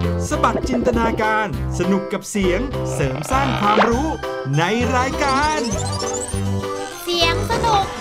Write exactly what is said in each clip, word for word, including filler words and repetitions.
สบัดจินตนาการสนุกกับเสียงเสริมสร้างความรู้ในรายการเสียงสนุก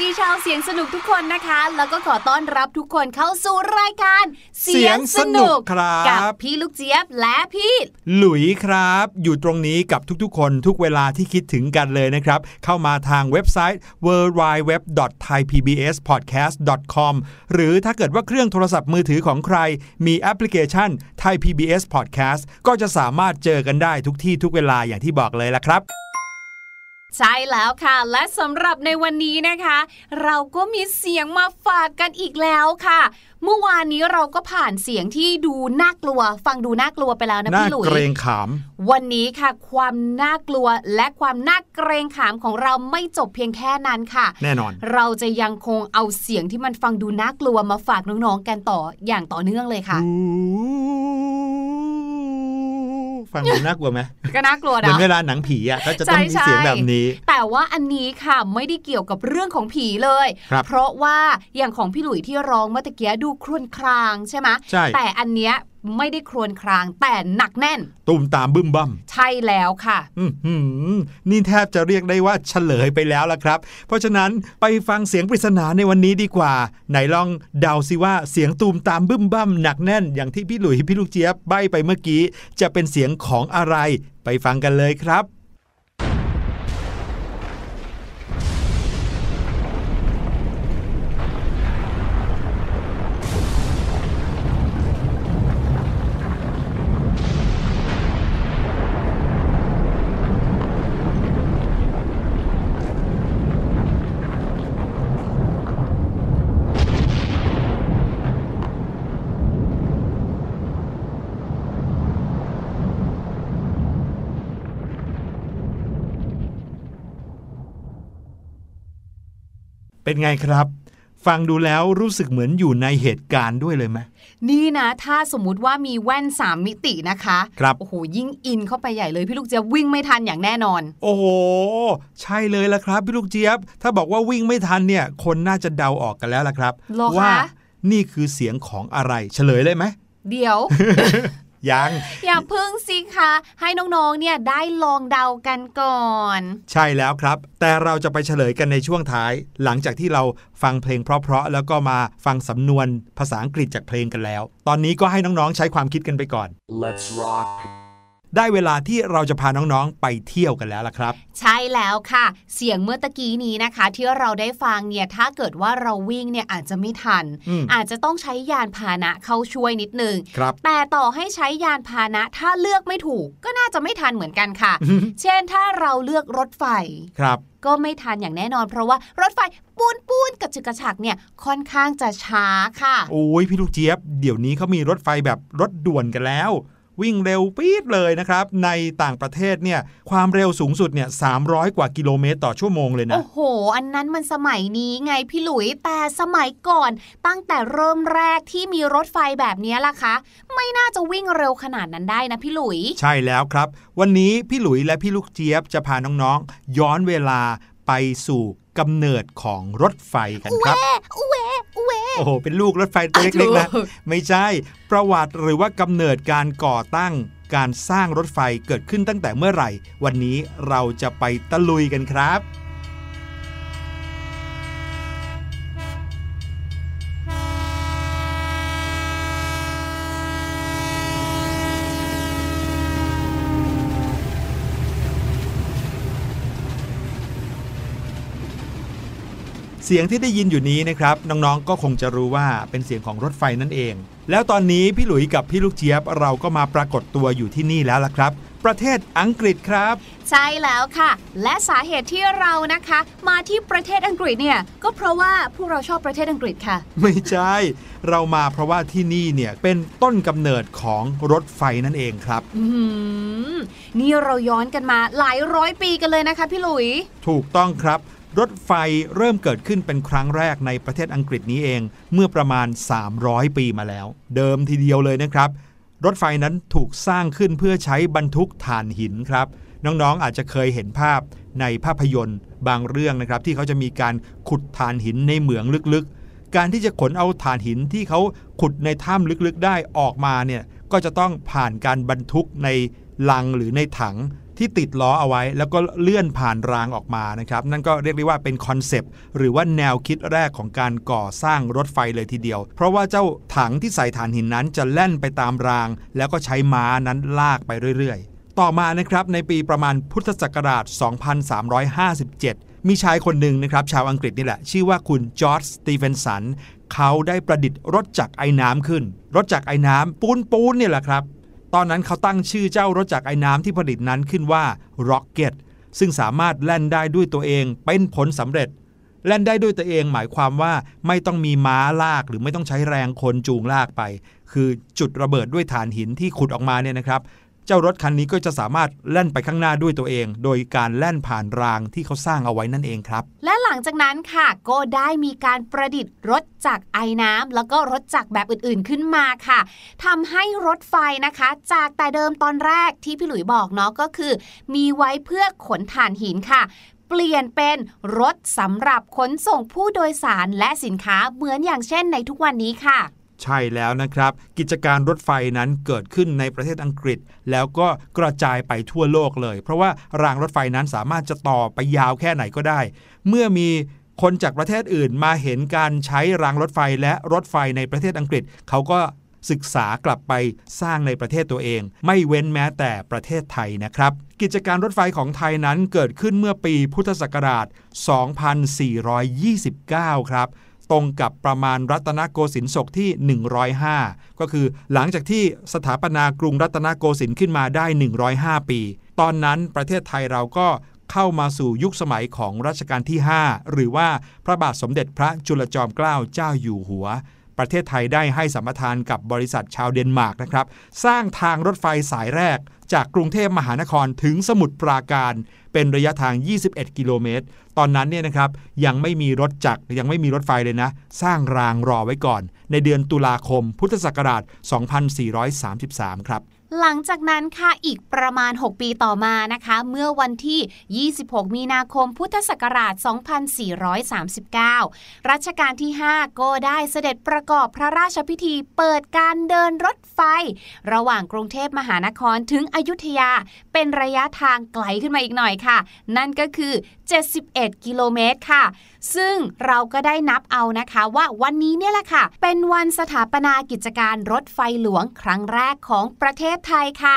ดีชาวเสียงสนุกทุกคนนะคะแล้วก็ขอต้อนรับทุกคนเข้าสู่รายการเสียงสนุกกับพี่ลูกเจี๊ยบและพี่หลุยครับอยู่ตรงนี้กับทุกๆคนทุกเวลาที่คิดถึงกันเลยนะครับเข้ามาทางเว็บไซต์ ดับเบิลยู ดับเบิลยู ดับเบิลยู ดอท ไทย พี บี เอส พอดแคสต์ ดอท คอม หรือถ้าเกิดว่าเครื่องโทรศัพท์มือถือของใครมีแอปพลิเคชัน Thai พี บี เอส Podcast ก็จะสามารถเจอกันได้ทุกที่ทุกเวลาอย่างที่บอกเลยละครับใช่แล้วค่ะและสำหรับในวันนี้นะคะเราก็มีเสียงมาฝากกันอีกแล้วค่ะเมื่อวานนี้เราก็ผ่านเสียงที่ดูน่ากลัวฟังดูน่ากลัวไปแล้วนะพี่หลุยน่าเกรงขามวันนี้ค่ะความน่ากลัวและความน่าเกรงขามของเราไม่จบเพียงแค่นั้นค่ะแน่นอนเราจะยังคงเอาเสียงที่มันฟังดูน่ากลัวมาฝากน้องๆกันต่ออย่างต่อเนื่องเลยค่ะฟังดูน่ากลัวไหมก็น่ากลัวนะเหมือนเวลาหนังผีอ่ะก็จะต้องมีเสียงแบบนี้แต่ว่าอันนี้ค่ะไม่ได้เกี่ยวกับเรื่องของผีเลยเพราะว่าอย่างของพี่หลุยที่ร้องเมื่อตะกี้ดูครวญครางใช่ไหมใช่แต่อันเนี้ยไม่ได้ครวญครางแต่หนักแน่นตุ่มตามบึ้มบั่มใช่แล้วค่ะนี่แทบจะเรียกได้ว่าเฉลยไปแล้วล่ะครับเพราะฉะนั้นไปฟังเสียงปริศนาในวันนี้ดีกว่าไหนลองเดาซิว่าเสียงตุ่มตามบึ้มบั่มหนักแน่นอย่างที่พี่หลุยพี่ลูกเจี๊ยบใบ้ไปเมื่อกี้จะเป็นเสียงของอะไรไปฟังกันเลยครับเป็นไงครับฟังดูแล้วรู้สึกเหมือนอยู่ในเหตุการณ์ด้วยเลยไหมนี่นะถ้าสมมุติว่ามีแว่นสามมิตินะคะครับโอ้โหยิ่งอินเข้าไปใหญ่เลยพี่ลูกเจี๊ยบวิ่งไม่ทันอย่างแน่นอนโอ้โหใช่เลยละครับพี่ลูกเจี๊ยบถ้าบอกว่าวิ่งไม่ทันเนี่ยคนน่าจะเดาออกกันแล้วละครับว่านี่คือเสียงของอะไรเฉลยเลยไหมเดี๋ยวยังอย่าพึ่งสิคะให้น้องๆเนี่ยได้ลองเดากันก่อนใช่แล้วครับแต่เราจะไปเฉลยกันในช่วงท้ายหลังจากที่เราฟังเพลงเพราะๆแล้วก็มาฟังสำนวนภาษาอังกฤษจากเพลงกันแล้วตอนนี้ก็ให้น้องๆใช้ความคิดกันไปก่อน Let's rockได้เวลาที่เราจะพาน้องๆไปเที่ยวกันแล้วล่ะครับใช่แล้วค่ะเสียงเมื่อตะกี้นี้นะคะที่เราได้ฟังเนี่ยถ้าเกิดว่าเราวิ่งเนี่ยอาจจะไม่ทันอ, อาจจะต้องใช้ยานพาหนะเข้าช่วยนิดนึงแต่ต่อให้ใช้ยานพาหนะถ้าเลือกไม่ถูกก็น่าจะไม่ทันเหมือนกันค่ะ เช่นถ้าเราเลือกรถไฟครับก็ไม่ทันอย่างแน่นอนเพราะว่ารถไฟปูนปูนกระจึกกระฉักเนี่ยค่อนข้างจะช้าค่ะโอ้ยพี่ลูกเจี๊ยบเดี๋ยวนี้เขามีรถไฟแบบรถด่วนกันแล้ววิ่งเร็วปี๊ดเลยนะครับในต่างประเทศเนี่ยความเร็วสูงสุดเนี่ยสามร้อยกว่ากิโลเมตรต่อชั่วโมงเลยนะโอ้โหอันนั้นมันสมัยนี้ไงพี่หลุยแต่สมัยก่อนตั้งแต่เริ่มแรกที่มีรถไฟแบบนี้ล่ะคะไม่น่าจะวิ่งเร็วขนาดนั้นได้นะพี่หลุยใช่แล้วครับวันนี้พี่หลุยและพี่ลูกเจี๊ยบจะพาน้องๆย้อนเวลาไปสู่กำเนิดของรถไฟกันครับเวเวโอ้โหเป็นลูกรถไฟตัวเล็กๆนะไม่ใช่ประวัติหรือว่ากำเนิดการก่อตั้งการสร้างรถไฟเกิดขึ้นตั้งแต่เมื่อไหร่วันนี้เราจะไปตะลุยกันครับเสียงที่ได้ยินอยู่นี้นะครับน้องๆก็คงจะรู้ว่าเป็นเสียงของรถไฟนั่นเองแล้วตอนนี้พี่หลุยกับพี่ลูกเจี๊ยบเราก็มาปรากฏตัวอยู่ที่นี่แล้วล่ะครับประเทศอังกฤษครับใช่แล้วค่ะและสาเหตุที่เรานะคะมาที่ประเทศอังกฤษเนี่ยก็เพราะว่าพวกเราชอบประเทศอังกฤษค่ะไม่ใช่เรามาเพราะว่าที่นี่เนี่ยเป็นต้นกำเนิดของรถไฟนั่นเองครับอืมนี่เราย้อนกันมาหลายร้อยปีกันเลยนะคะพี่หลุยถูกต้องครับรถไฟเริ่มเกิดขึ้นเป็นครั้งแรกในประเทศอังกฤษนี้เองเมื่อประมาณสามร้อยปีมาแล้วเดิมทีเดียวเลยนะครับรถไฟนั้นถูกสร้างขึ้นเพื่อใช้บรรทุกถ่านหินครับน้องๆอาจจะเคยเห็นภาพในภาพยนตร์บางเรื่องนะครับที่เขาจะมีการขุดถ่านหินในเหมืองลึกๆการที่จะขนเอาถ่านหินที่เขาขุดในถ้ำลึกๆได้ออกมาเนี่ยก็จะต้องผ่านการบรรทุกในลังหรือในถังที่ติดล้อเอาไว้แล้วก็เลื่อนผ่านรางออกมานะครับนั่นก็เรียกได้ว่าเป็นคอนเซปต์หรือว่าแนวคิดแรกของการก่อสร้างรถไฟเลยทีเดียวเพราะว่าเจ้าถังที่ใส่ถ่านหินนั้นจะแล่นไปตามรางแล้วก็ใช้ม้านั้นลากไปเรื่อยๆต่อมานะครับในปีประมาณพุทธศักราชสองพันสามร้อยห้าสิบเจ็ดมีชายคนหนึ่งนะครับชาวอังกฤษนี่แหละชื่อว่าคุณจอร์จสตีเฟนสันเขาได้ประดิษฐ์รถจักรไอ้น้ำขึ้นรถจักรไอ้น้ำปูนปูนเนี่ยแหละครับตอนนั้นเขาตั้งชื่อเจ้ารถจักรไอ้น้ำที่ผลิตนั้นขึ้นว่า Rocket ซึ่งสามารถแล่นได้ด้วยตัวเองเป็นผลสำเร็จแล่นได้ด้วยตัวเองหมายความว่าไม่ต้องมีม้าลากหรือไม่ต้องใช้แรงคนจูงลากไปคือจุดระเบิดด้วยถ่านหินที่ขุดออกมาเนี่ยนะครับเจ้ารถคันนี้ก็จะสามารถแล่นไปข้างหน้าด้วยตัวเองโดยการแล่นผ่านรางที่เขาสร้างเอาไว้นั่นเองครับและหลังจากนั้นค่ะก็ได้มีการประดิษฐ์รถจักรไอน้ำแล้วก็รถจักรแบบอื่นๆขึ้นมาค่ะทำให้รถไฟนะคะจากแต่เดิมตอนแรกที่พี่หลุยบอกเนาะก็คือมีไว้เพื่อขนถ่านหินค่ะเปลี่ยนเป็นรถสำหรับขนส่งผู้โดยสารและสินค้าเหมือนอย่างเช่นในทุกวันนี้ค่ะใช่แล้วนะครับกิจการรถไฟนั้นเกิดขึ้นในประเทศอังกฤษแล้วก็กระจายไปทั่วโลกเลยเพราะว่ารางรถไฟนั้นสามารถจะต่อไปยาวแค่ไหนก็ได้เมื่อมีคนจากประเทศอื่นมาเห็นการใช้รางรถไฟและรถไฟในประเทศอังกฤษเขาก็ศึกษากลับไปสร้างในประเทศตัวเองไม่เว้นแม้แต่ประเทศไทยนะครับกิจการรถไฟของไทยนั้นเกิดขึ้นเมื่อปีพุทธศักราชสองพันสี่ร้อยยี่สิบเก้าครับตรงกับประมาณรัตนโกสินทร์ศกที่หนึ่งร้อยห้าก็คือหลังจากที่สถาปนากรุงรัตนโกสินทร์ขึ้นมาได้หนึ่งร้อยห้าปีตอนนั้นประเทศไทยเราก็เข้ามาสู่ยุคสมัยของรัชกาลที่ห้าหรือว่าพระบาทสมเด็จพระจุลจอมเกล้าเจ้าอยู่หัวประเทศไทยได้ให้สัมปทานกับบริษัทชาวเดนมาร์กนะครับสร้างทางรถไฟสายแรกจากกรุงเทพมหานครถึงสมุทรปราการเป็นระยะทางยี่สิบเอ็ดกิโลเมตรตอนนั้นเนี่ยนะครับยังไม่มีรถจักรยังไม่มีรถไฟเลยนะสร้างรางรอไว้ก่อนในเดือนตุลาคมพุทธศักราชสองพันสี่ร้อยสามสิบสามครับหลังจากนั้นค่ะอีกประมาณหกปีต่อมานะคะเมื่อวันที่ยี่สิบหกมีนาคมพุทธศักราชสองพันสี่ร้อยสามสิบเก้ารัชกาลที่ห้าก็ได้เสด็จประกอบพระราชพิธีเปิดการเดินรถไฟระหว่างกรุงเทพมหานครถึงอยุธยาเป็นระยะทางไกลขึ้นมาอีกหน่อยค่ะนั่นก็คือเจ็ดสิบเอ็ดกิโลเมตรค่ะซึ่งเราก็ได้นับเอานะคะว่าวันนี้เนี่ยแหละค่ะเป็นวันสถาปนากิจการรถไฟหลวงครั้งแรกของประเทศไทยค่ะ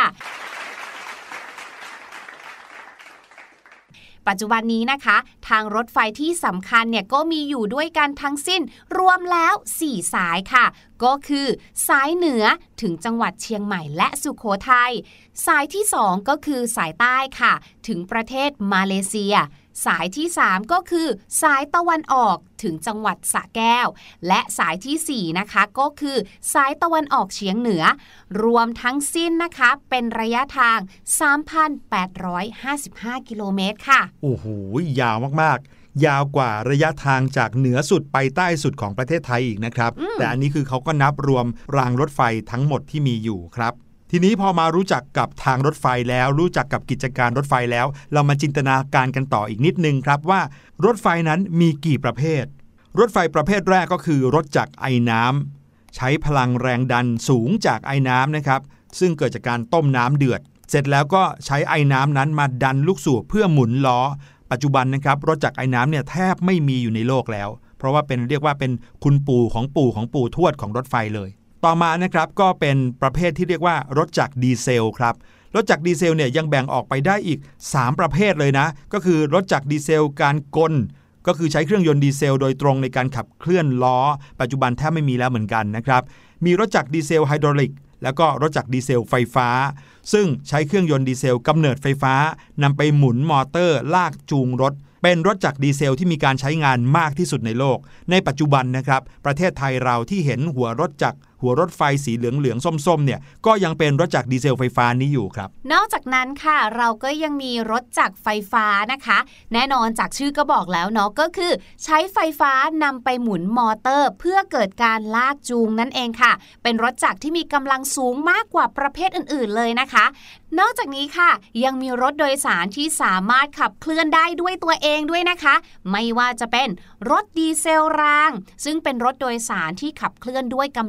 ปัจจุบันนี้นะคะทางรถไฟที่สำคัญเนี่ยก็มีอยู่ด้วยกันทั้งสิ้นรวมแล้วสี่สายค่ะก็คือสายเหนือถึงจังหวัดเชียงใหม่และสุโขทัยสายที่สองก็คือสายใต้ค่ะถึงประเทศมาเลเซียสายที่สามก็คือสายตะวันออกถึงจังหวัดสระแก้วและสายที่สี่นะคะก็คือสายตะวันออกเฉียงเหนือรวมทั้งสิ้นนะคะเป็นระยะทาง สามพันแปดร้อยห้าสิบห้า กิโลเมตรค่ะโอ้โหยาวมากๆยาวกว่าระยะทางจากเหนือสุดไปใต้สุดของประเทศไทยอีกนะครับแต่อันนี้คือเขาก็นับรวมรางรถไฟทั้งหมดที่มีอยู่ครับทีนี้พอมารู้จักกับทางรถไฟแล้วรู้จักกับกิจการรถไฟแล้วเรามาจินตนาการกันต่ออีกนิดนึงครับว่ารถไฟนั้นมีกี่ประเภทรถไฟประเภทแรกก็คือรถจักรไอน้ำใช้พลังแรงดันสูงจากไอน้ำนะครับซึ่งเกิดจากการต้มน้ำเดือดเสร็จแล้วก็ใช้ไอน้ำนั้นมาดันลูกสูบเพื่อหมุนล้อปัจจุบันนะครับรถจักรไอน้ำเนี่ยแทบไม่มีอยู่ในโลกแล้วเพราะว่าเป็นเรียกว่าเป็นคุณปู่ของปู่ของปู่ทวดของรถไฟเลยต่อมานะครับก็เป็นประเภทที่เรียกว่ารถจักรดีเซลครับรถจักรดีเซลเนี่ยยังแบ่งออกไปได้อีกสามประเภทเลยนะก็คือรถจักรดีเซลการกลก็คือใช้เครื่องยนต์ดีเซลโดยตรงในการขับเคลื่อนล้อปัจจุบันแทบไม่มีแล้วเหมือนกันนะครับมีรถจักรดีเซลไฮดรอลิกแล้วก็รถจักรดีเซลไฟฟ้าซึ่งใช้เครื่องยนต์ดีเซลกำเนิดไฟฟ้านำไปหมุนมอเตอร์ลากจูงรถเป็นรถจักรดีเซลที่มีการใช้งานมากที่สุดในโลกในปัจจุบันนะครับประเทศไทยเราที่เห็นหัวรถจักรหัวรถไฟสีเหลืองๆส้มๆเนี่ยก็ยังเป็นรถจักรดีเซลไฟฟ้านี้อยู่ครับนอกจากนั้นค่ะเราก็ยังมีรถจักรไฟฟ้านะคะแน่นอนจากชื่อก็บอกแล้วเนาะก็คือใช้ไฟฟ้านำไปหมุนมอเตอร์เพื่อเกิดการลากจูงนั่นเองค่ะเป็นรถจักรที่มีกำลังสูงมากกว่าประเภทอื่นๆเลยนะคะนอกจากนี้ค่ะยังมีรถโดยสารที่สามารถขับเคลื่อนได้ด้วยตัวเองด้วยนะคะไม่ว่าจะเป็นรถดีเซลรางซึ่งเป็นรถโดยสารที่ขับเคลื่อนด้วยกำลังดีเซ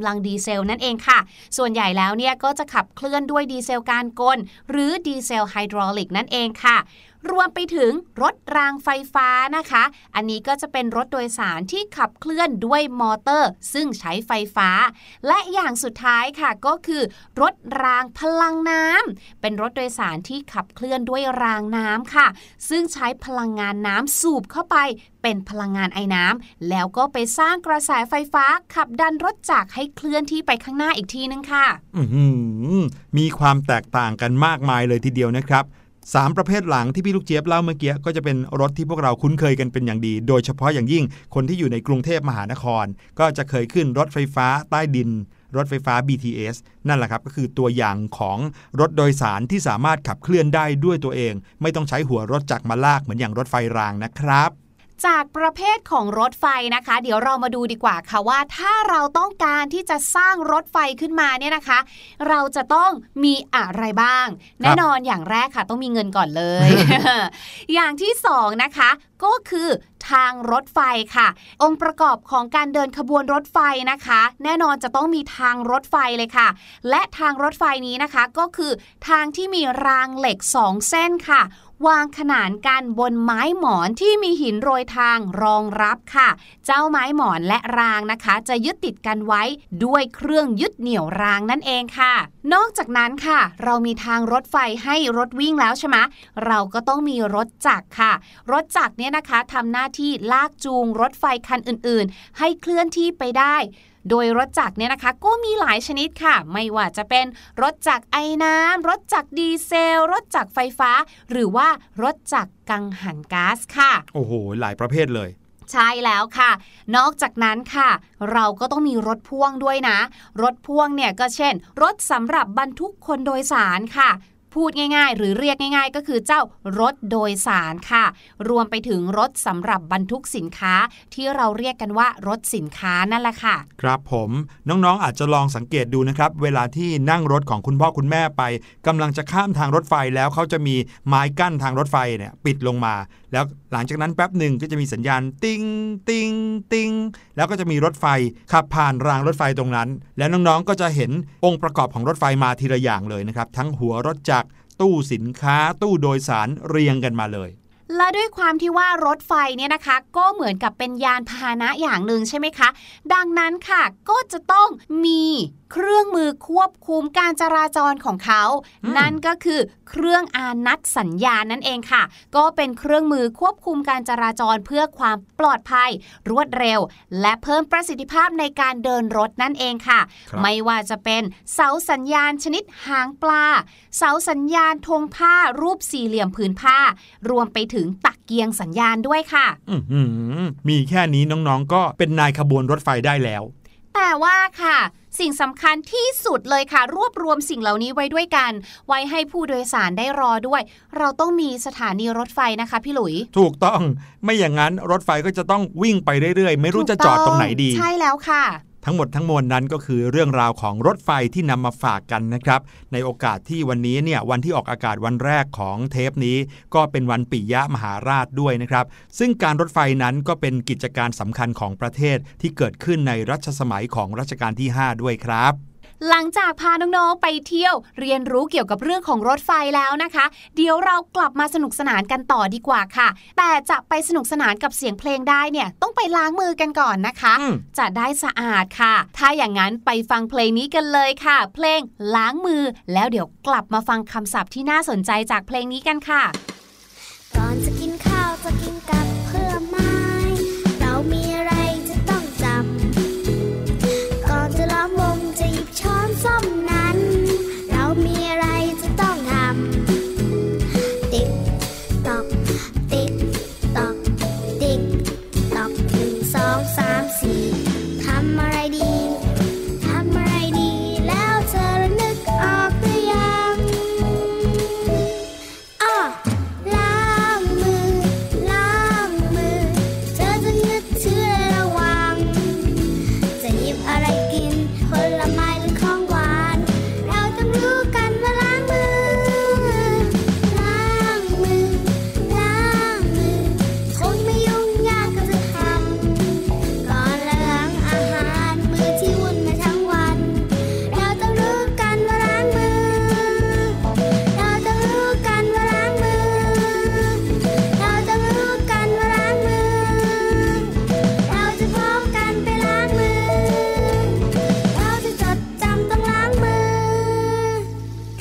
เซลนั่นเองค่ะส่วนใหญ่แล้วเนี่ยก็จะขับเคลื่อนด้วยดีเซลการกลหรือดีเซลไฮดรอลิกนั่นเองค่ะรวมไปถึงรถรางไฟฟ้านะคะอันนี้ก็จะเป็นรถโดยสารที่ขับเคลื่อนด้วยมอเตอร์ซึ่งใช้ไฟฟ้าและอย่างสุดท้ายค่ะก็คือรถรางพลังน้ำเป็นรถโดยสารที่ขับเคลื่อนด้วยรางน้ำค่ะซึ่งใช้พลังงานน้ำสูบเข้าไปเป็นพลังงานไอน้ำแล้วก็ไปสร้างกระแสไฟฟ้าขับดันรถจักรให้เคลื่อนที่ไปข้างหน้าอีกทีนึงค่ะอื้อหือมีความแตกต่างกันมากมายเลยทีเดียวนะครับสามประเภทหลังที่พี่ลูกเจี๊ยบเล่าเมื่อกี้ก็จะเป็นรถที่พวกเราคุ้นเคยกันเป็นอย่างดีโดยเฉพาะอย่างยิ่งคนที่อยู่ในกรุงเทพมหานครก็จะเคยขึ้นรถไฟฟ้าใต้ดินรถไฟฟ้า บี ที เอส นั่นแหละครับก็คือตัวอย่างของรถโดยสารที่สามารถขับเคลื่อนได้ด้วยตัวเองไม่ต้องใช้หัวรถจักรมาลากเหมือนอย่างรถไฟรางนะครับจากประเภทของรถไฟนะคะเดี๋ยวเรามาดูดีกว่าค่ะว่าถ้าเราต้องการที่จะสร้างรถไฟขึ้นมาเนี่ยนะคะเราจะต้องมีอะไรบ้างแน่นอนอย่างแรกค่ะต้องมีเงินก่อนเลย อย่างที่สองนะคะก็คือทางรถไฟค่ะองค์ประกอบของการเดินขบวนรถไฟนะคะแน่นอนจะต้องมีทางรถไฟเลยค่ะและทางรถไฟนี้นะคะก็คือทางที่มีรางเหล็กสองเส้นค่ะวางขนานกันบนไม้หมอนที่มีหินโรยทางรองรับค่ะเจ้าไม้หมอนและรางนะคะจะยึดติดกันไว้ด้วยเครื่องยึดเหนี่ยวรางนั่นเองค่ะนอกจากนั้นค่ะเรามีทางรถไฟให้รถวิ่งแล้วใช่ไหมเราก็ต้องมีรถจักรค่ะรถจักรเนี่ยนะคะทำหน้าที่ลากจูงรถไฟคันอื่นๆให้เคลื่อนที่ไปได้โดยรถจักรเนี่ยนะคะก็มีหลายชนิดค่ะไม่ว่าจะเป็นรถจักรไอน้ำรถจักรดีเซลรถจักรไฟฟ้าหรือว่ารถจักรกังหันก๊าซค่ะโอ้โหหลายประเภทเลยใช่แล้วค่ะนอกจากนั้นค่ะเราก็ต้องมีรถพ่วงด้วยนะรถพ่วงเนี่ยก็เช่นรถสำหรับบรรทุกคนโดยสารค่ะพูดง่ายๆหรือเรียกง่ายๆก็คือเจ้ารถโดยสารค่ะรวมไปถึงรถสำหรับบรรทุกสินค้าที่เราเรียกกันว่ารถสินค้านั่นแหละค่ะครับผมน้องๆอาจจะลองสังเกตดูนะครับเวลาที่นั่งรถของคุณพ่อคุณแม่ไปกำลังจะข้ามทางรถไฟแล้วเขาจะมีไม้กั้นทางรถไฟเนี่ยปิดลงมาแล้วหลังจากนั้นแป๊บหนึ่งก็จะมีสัญญาณติ้งติ้งติ้งแล้วก็จะมีรถไฟขับผ่านรางรถไฟตรงนั้นแล้วน้องๆก็จะเห็นองค์ประกอบของรถไฟมาทีละอย่างเลยนะครับทั้งหัวรถจักรตู้สินค้าตู้โดยสารเรียงกันมาเลยและด้วยความที่ว่ารถไฟเนี่ยนะคะก็เหมือนกับเป็นยานพาหนะอย่างหนึ่งใช่ไหมคะดังนั้นค่ะก็จะต้องมีเครื่องมือควบคุมการจราจรของเขานั่นก็คือเครื่องอานัดสัญญาณนั่นเองค่ะก็เป็นเครื่องมือควบคุมการจราจรเพื่อความปลอดภัยรวดเร็วและเพิ่มประสิทธิภาพในการเดินรถนั่นเองค่ะไม่ว่าจะเป็นเสาสัญญาณชนิดหางปลาเสาสัญญาณธงผ้ารูปสี่เหลี่ยมผืนผ้ารวมไปถึงตะเกียงสัญญาณด้วยค่ะมีแค่นี้น้องๆก็เป็นนายขบวนรถไฟได้แล้วแต่ว่าค่ะสิ่งสำคัญที่สุดเลยค่ะรวบรวมสิ่งเหล่านี้ไว้ด้วยกันไว้ให้ผู้โดยสารได้รอด้วยเราต้องมีสถานีรถไฟนะคะพี่หลุยถูกต้องไม่อย่างนั้นรถไฟก็จะต้องวิ่งไปเรื่อยๆไม่รู้จะจอดตรงไหนดีใช่แล้วค่ะทั้งหมดทั้งมวลนั้นก็คือเรื่องราวของรถไฟที่นำมาฝากกันนะครับในโอกาสที่วันนี้เนี่ยวันที่ออกอากาศวันแรกของเทปนี้ก็เป็นวันปิยมหาราชด้วยนะครับซึ่งการรถไฟนั้นก็เป็นกิจการสำคัญของประเทศที่เกิดขึ้นในรัชสมัยของรัชกาลที่ห้าด้วยครับหลังจากพาน้องๆไปเที่ยวเรียนรู้เกี่ยวกับเรื่องของรถไฟแล้วนะคะเดี๋ยวเรากลับมาสนุกสนานกันต่อดีกว่าค่ะแต่จะไปสนุกสนานกับเสียงเพลงได้เนี่ยต้องไปล้างมือกันก่อนนะคะจะได้สะอาดค่ะถ้าอย่างนั้นไปฟังเพลงนี้กันเลยค่ะเพลงล้างมือแล้วเดี๋ยวกลับมาฟังคำศัพท์ที่น่าสนใจจากเพลงนี้กันค่ะก่อนจะกินข้าวจะกินกับเพื่อไม้เรามีอะไรจะต้องจำก่อนจะล้อมวงจะหยิบช้อนส้อมนั้นเรามีอะไรจะต้องทำติ๊กตอกติ๊กตอกติ๊กตอกหนึ่งสองสามสี่ทำอะไรดีทำอะไรดีแล้วเธอนึกออกหรือยังอ้อ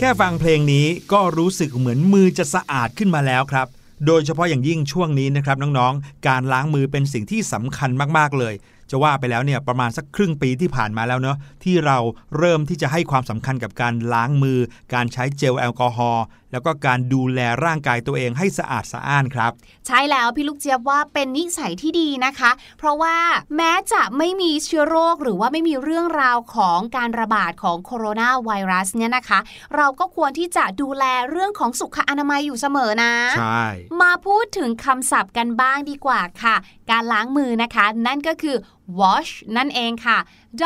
ค่ฟังเพลงนี้ก็รู้สึกเหมือนมือจะสะอาดขึ้นมาแล้วครับโดยเฉพาะอย่างยิ่งช่วงนี้นะครับน้องๆการล้างมือเป็นสิ่งที่สำคัญมากๆเลยจะว่าไปแล้วเนี่ยประมาณสักครึ่งปีที่ผ่านมาแล้วเนาะที่เราเริ่มที่จะให้ความสำคัญกับการล้างมือการใช้เจลแอลกอฮอล์แล้วก็การดูแลร่างกายตัวเองให้สะอาดสะอ้านครับใช่แล้วพี่ลูกเจี๊ยบว่าเป็นนิสัยที่ดีนะคะเพราะว่าแม้จะไม่มีเชื้อโรคหรือว่าไม่มีเรื่องราวของการระบาดของโคโรนาไวรัสเนี่ยนะคะเราก็ควรที่จะดูแลเรื่องของสุขอนามัยอยู่เสมอนะใช่มาพูดถึงคำศัพท์กันบ้างดีกว่าค่ะการล้างมือนะคะนั่นก็คือ wash นั่นเองค่ะ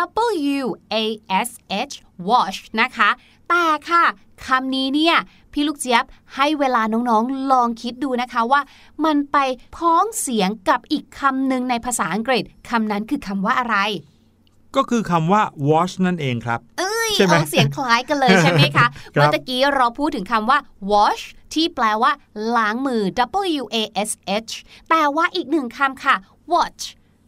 W A S H wash นะคะแต่ค่ะคำนี้เนี่ยพี่ลูกเจี๊ยบให้เวลาน้องๆลองคิดดูนะคะว่ามันไปพ้องเสียงกับอีกคำหนึ่งในภาษาอังกฤษคำนั้นคือคำว่าอะไรก็คือคำว่า wash นั่นเองครับเอ้ยออกเสียงคล้ายกันเลยใช่ไหมคะ เมื่อกี้เราพูดถึงคำว่า wash ที่แปลว่าล้างมือ W A S H แต่ว่าอีกหนึ่งคำค่ะ watch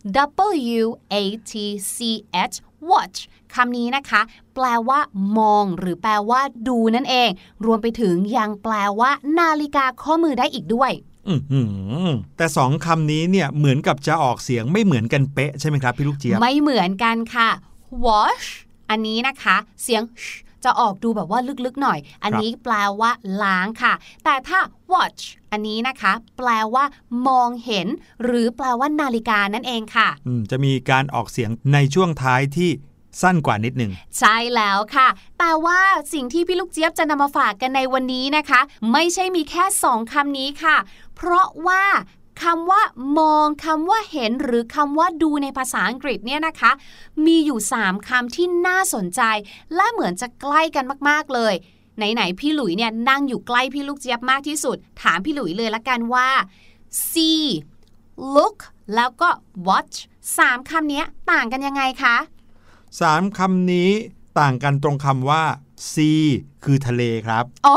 W A T C H watch คำนี้นะคะแปลว่ามองหรือแปลว่าดูนั่นเองรวมไปถึงยังแปลว่านาฬิกาข้อมือได้อีกด้วยอือหือแต่สองคำนี้เนี่ยเหมือนกับจะออกเสียงไม่เหมือนกันเป๊ะใช่ไหมครับพี่ลูกเจี๊ยบไม่เหมือนกันค่ะ wash อันนี้นะคะเสียงจะออกดูแบบว่าลึกๆหน่อยอันนี้แปลว่าล้างค่ะแต่ถ้า watch อันนี้นะคะแปลว่ามองเห็นหรือแปลว่านาฬิกานั่นเองค่ะจะมีการออกเสียงในช่วงท้ายที่สั้นกว่านิดนึงใช่แล้วค่ะแต่ว่าสิ่งที่พี่ลูกเจี๊ยบจะนำมาฝากกันในวันนี้นะคะไม่ใช่มีแค่สองคำนี้ค่ะเพราะว่าคำว่ามองคำว่าเห็นหรือคำว่าดูในภาษาอังกฤษเนี่ยนะคะมีอยู่สามคำที่น่าสนใจและเหมือนจะใกล้กันมากๆเลยไหนๆพี่หลุยเนี่ยนั่งอยู่ใกล้พี่ลูกเจี๊ยบมากที่สุดถามพี่หลุยเลยละกันว่า see look แล้วก็ watch สามคำนี้ต่างกันยังไงคะสามคำนี้ต่างกันตรงคำว่า see คือทะเลครับอ๋อ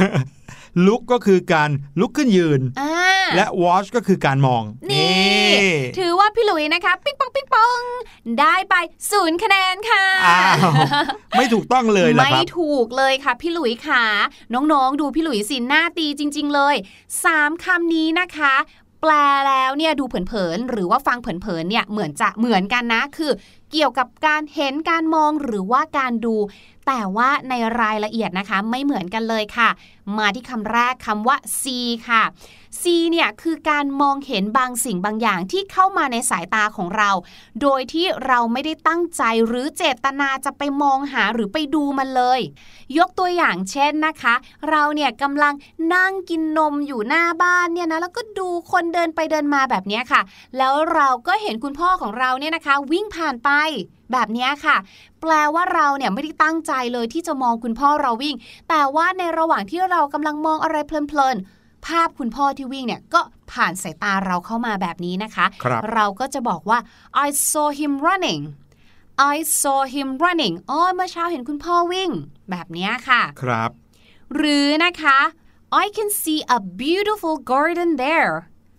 look ก็คือการลุกขึ้นยืนและ watch ก็คือการมองนี่ถือว่าพี่หลุยนะคะปิ๊งปองปิ๊งปองได้ไปศูนย์คะแนนค่ะไม่ถูกต้องเลยล่ะครับไม่ถูกเลยค่ะพี่หลุยค่ะน้องๆดูพี่หลุยสิหน้าตีจริงๆเลยสามคำนี้นะคะแปลแล้วเนี่ยดูเผินๆหรือว่าฟังเผินๆเนี่ยเหมือนจะเหมือนกันนะคือเกี่ยวกับการเห็นการมองหรือว่าการดูแต่ว่าในรายละเอียดนะคะไม่เหมือนกันเลยค่ะมาที่คำแรกคำว่า see ค่ะ see เนี่ยคือการมองเห็นบางสิ่งบางอย่างที่เข้ามาในสายตาของเราโดยที่เราไม่ได้ตั้งใจหรือเจตนาจะไปมองหาหรือไปดูมันเลยยกตัวอย่างเช่นนะคะเราเนี่ยกำลังนั่งกินนมอยู่หน้าบ้านเนี่ยนะแล้วก็ดูคนเดินไปเดินมาแบบนี้ค่ะแล้วเราก็เห็นคุณพ่อของเราเนี่ยนะคะวิ่งผ่านไปแบบนี้ค่ะแปลว่าเราเนี่ยไม่ได้ตั้งใจเลยที่จะมองคุณพ่อเราวิ่งแต่ว่าในระหว่างที่เรากำลังมองอะไรเพลินๆภาพคุณพ่อที่วิ่งเนี่ยก็ผ่านสายตาเราเข้ามาแบบนี้นะคะเราก็จะบอกว่า I saw him running I saw him running อ๋อเมื่อเช้าเห็นคุณพ่อวิ่งแบบนี้ค่ะครับหรือนะคะ I can see a beautiful garden there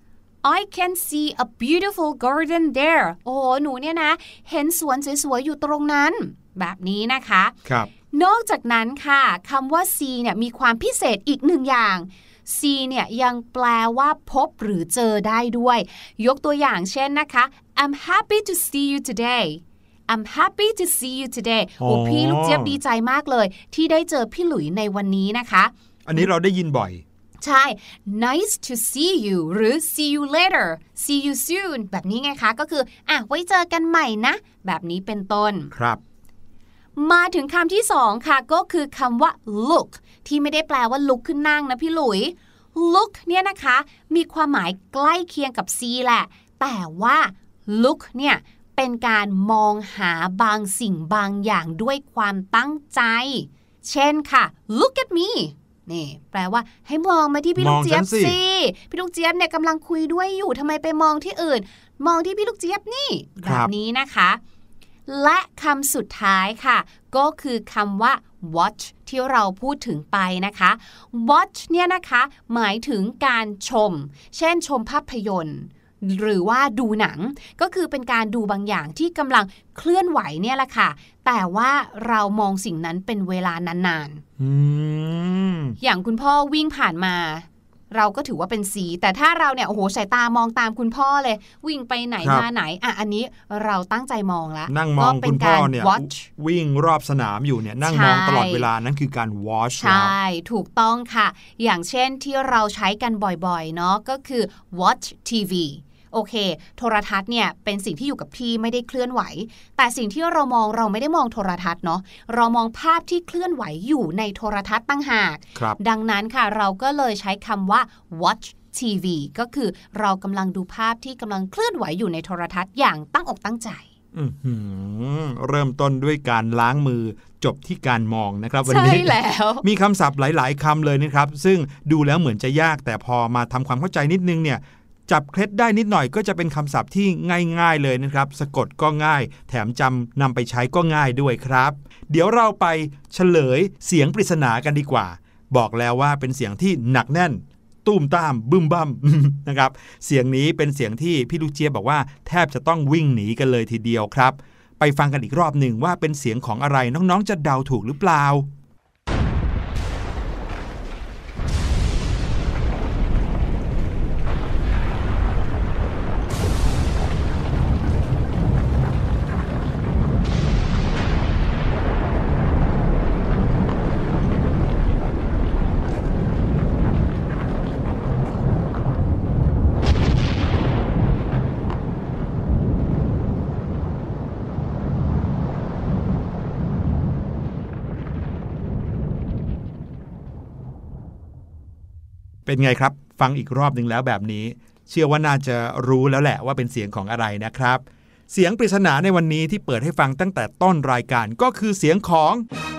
I can see a beautiful garden there โอ้โหหนูเนี่ยนะเห็นสวนสวยๆอยู่ตรงนั้นแบบนี้นะคะครับนอกจากนั้นค่ะคำว่า see เนี่ยมีความพิเศษอีกหนึ่งอย่าง see เนี่ยยังแปลว่าพบหรือเจอได้ด้วยยกตัวอย่างเช่นนะคะ I'm happy to see you today I'm happy to see you today โอ้พี่ลูกเจี๊ยบดีใจมากเลยที่ได้เจอพี่หลุยในวันนี้นะคะอันนี้เราได้ยินบ่อยใช่ nice to see you หรือ see you later see you soon แบบนี้ไงคะก็คืออ่ะไว้เจอกันใหม่นะแบบนี้เป็นต้นครับมาถึงคำที่สองค่ะก็คือคำว่า look ที่ไม่ได้แปลว่าลุกขึ้นนั่งนะพี่หลุย look เนี่ยนะคะมีความหมายใกล้เคียงกับ see แหละแต่ว่า look เนี่ยเป็นการมองหาบางสิ่งบางอย่างด้วยความตั้งใจเช่นค่ะ look at meนี่แปลว่าให้มองมาที่พี่ลูกเจี๊ยบสิพี่ลูกเจี๊ยบเนี่ยกำลังคุยด้วยอยู่ทำไมไปมองที่อื่นมองที่พี่ลูกเจี๊ยบนี่แบบนี้นะคะและคำสุดท้ายค่ะก็คือคำว่า watch ที่เราพูดถึงไปนะคะ watch เนี่ยนะคะหมายถึงการชมเช่นชมภาพยนตร์หรือว่าดูหนังก็คือเป็นการดูบางอย่างที่กำลังเคลื่อนไหวเนี่ยแหละค่ะแต่ว่าเรามองสิ่งนั้นเป็นเวลานานๆอืมอย่างคุณพ่อวิ่งผ่านมาเราก็ถือว่าเป็นสีแต่ถ้าเราเนี่ยโอ้โหสายตามองตามคุณพ่อเลยวิ่งไปไหนมาไหนอ่ะอันนี้เราตั้งใจมองแล้วนั่งมองคุณพ่อเนี่ยวิ่งรอบสนามอยู่เนี่ยนั่งมองตลอดเวลานั่นคือการ watch ใช่ถูกต้องค่ะอย่างเช่นที่เราใช้กันบ่อยๆเนาะก็คือ watch ที วี โอเคโทรทัศน์เนี่ยเป็นสิ่งที่อยู่กับที่ไม่ได้เคลื่อนไหวแต่สิ่งที่เรามองเราไม่ได้มองโทรทัศน์เนาะเรามองภาพที่เคลื่อนไหวอยู่ในโทรทัศน์ตั้งหากดังนั้นค่ะเราก็เลยใช้คำว่า watch ที วี ก็คือเรากำลังดูภาพที่กำลังเคลื่อนไหวอยู่ในโทรทัศน์อย่างตั้งอกตั้งใจเริ่มต้นด้วยการล้างมือจบที่การมองนะครับวันนี้ใช่แล้วมีคำศัพท์หลายๆคำเลยนะครับซึ่งดูแล้วเหมือนจะยากแต่พอมาทำความเข้าใจนิดนึงเนี่ยจับเคล็ดได้นิดหน่อยก็จะเป็นคำศัพท์ที่ง่ายๆเลยนะครับสะกดก็ง่ายแถมจำนำไปใช้ก็ง่ายด้วยครับเดี๋ยวเราไปเฉลยเสียงปริศนากันดีกว่าบอกแล้วว่าเป็นเสียงที่หนักแน่นตุ้มตามบึ้มบั้ม นะครับเสียงนี้เป็นเสียงที่พี่ลูกเจี๊ยบบอกว่าแทบจะต้องวิ่งหนีกันเลยทีเดียวครับไปฟังกันอีกรอบหนึ่งว่าเป็นเสียงของอะไรน้องๆจะเดาถูกหรือเปล่าเป็นไงครับฟังอีกรอบนึงแล้วแบบนี้เชื่อว่าน่าจะรู้แล้วแหละว่าเป็นเสียงของอะไรนะครับเสียงปริศนาในวันนี้ที่เปิดให้ฟังตั้งแต่ต้นรายการก็คือเสียงของ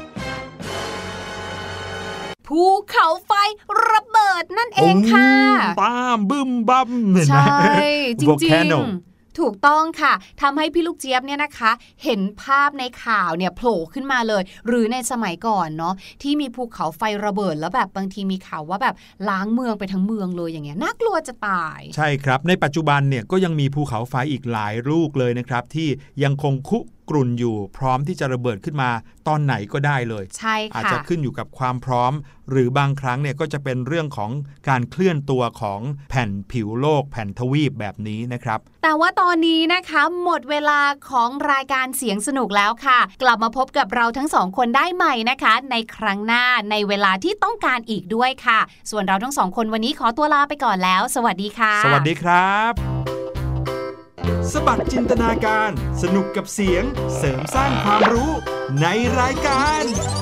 ภูเขาไฟระเบิดนั่นเองค่ะบ้ามบึ้มบั้มใช่จริงๆถูกต้องค่ะทำให้พี่ลูกเจี๊ยบเนี่ยนะคะเห็นภาพในข่าวเนี่ยโผล่ขึ้นมาเลยหรือในสมัยก่อนเนาะที่มีภูเขาไฟระเบิดแล้วแบบบางทีมีข่าวว่าแบบล้างเมืองไปทั้งเมืองเลยอย่างเงี้ยน่ากลัวจะตายใช่ครับในปัจจุบันเนี่ยก็ยังมีภูเขาไฟอีกหลายลูกเลยนะครับที่ยังคงคุกรุ่นอยู่พร้อมที่จะระเบิดขึ้นมาตอนไหนก็ได้เลยใช่ค่ะอาจจะขึ้นอยู่กับความพร้อมหรือบางครั้งเนี่ยก็จะเป็นเรื่องของการเคลื่อนตัวของแผ่นผิวโลกแผ่นทวีปแบบนี้นะครับแต่ว่าตอนนี้นะคะหมดเวลาของรายการเสียงสนุกแล้วค่ะกลับมาพบกับเราทั้งสองคนได้ใหม่นะคะในครั้งหน้าในเวลาที่ต้องการอีกด้วยค่ะส่วนเราทั้งสองคนวันนี้ขอตัวลาไปก่อนแล้วสวัสดีค่ะสวัสดีครับสบัดจินตนาการสนุกกับเสียงเสริมสร้างความรู้ในรายการ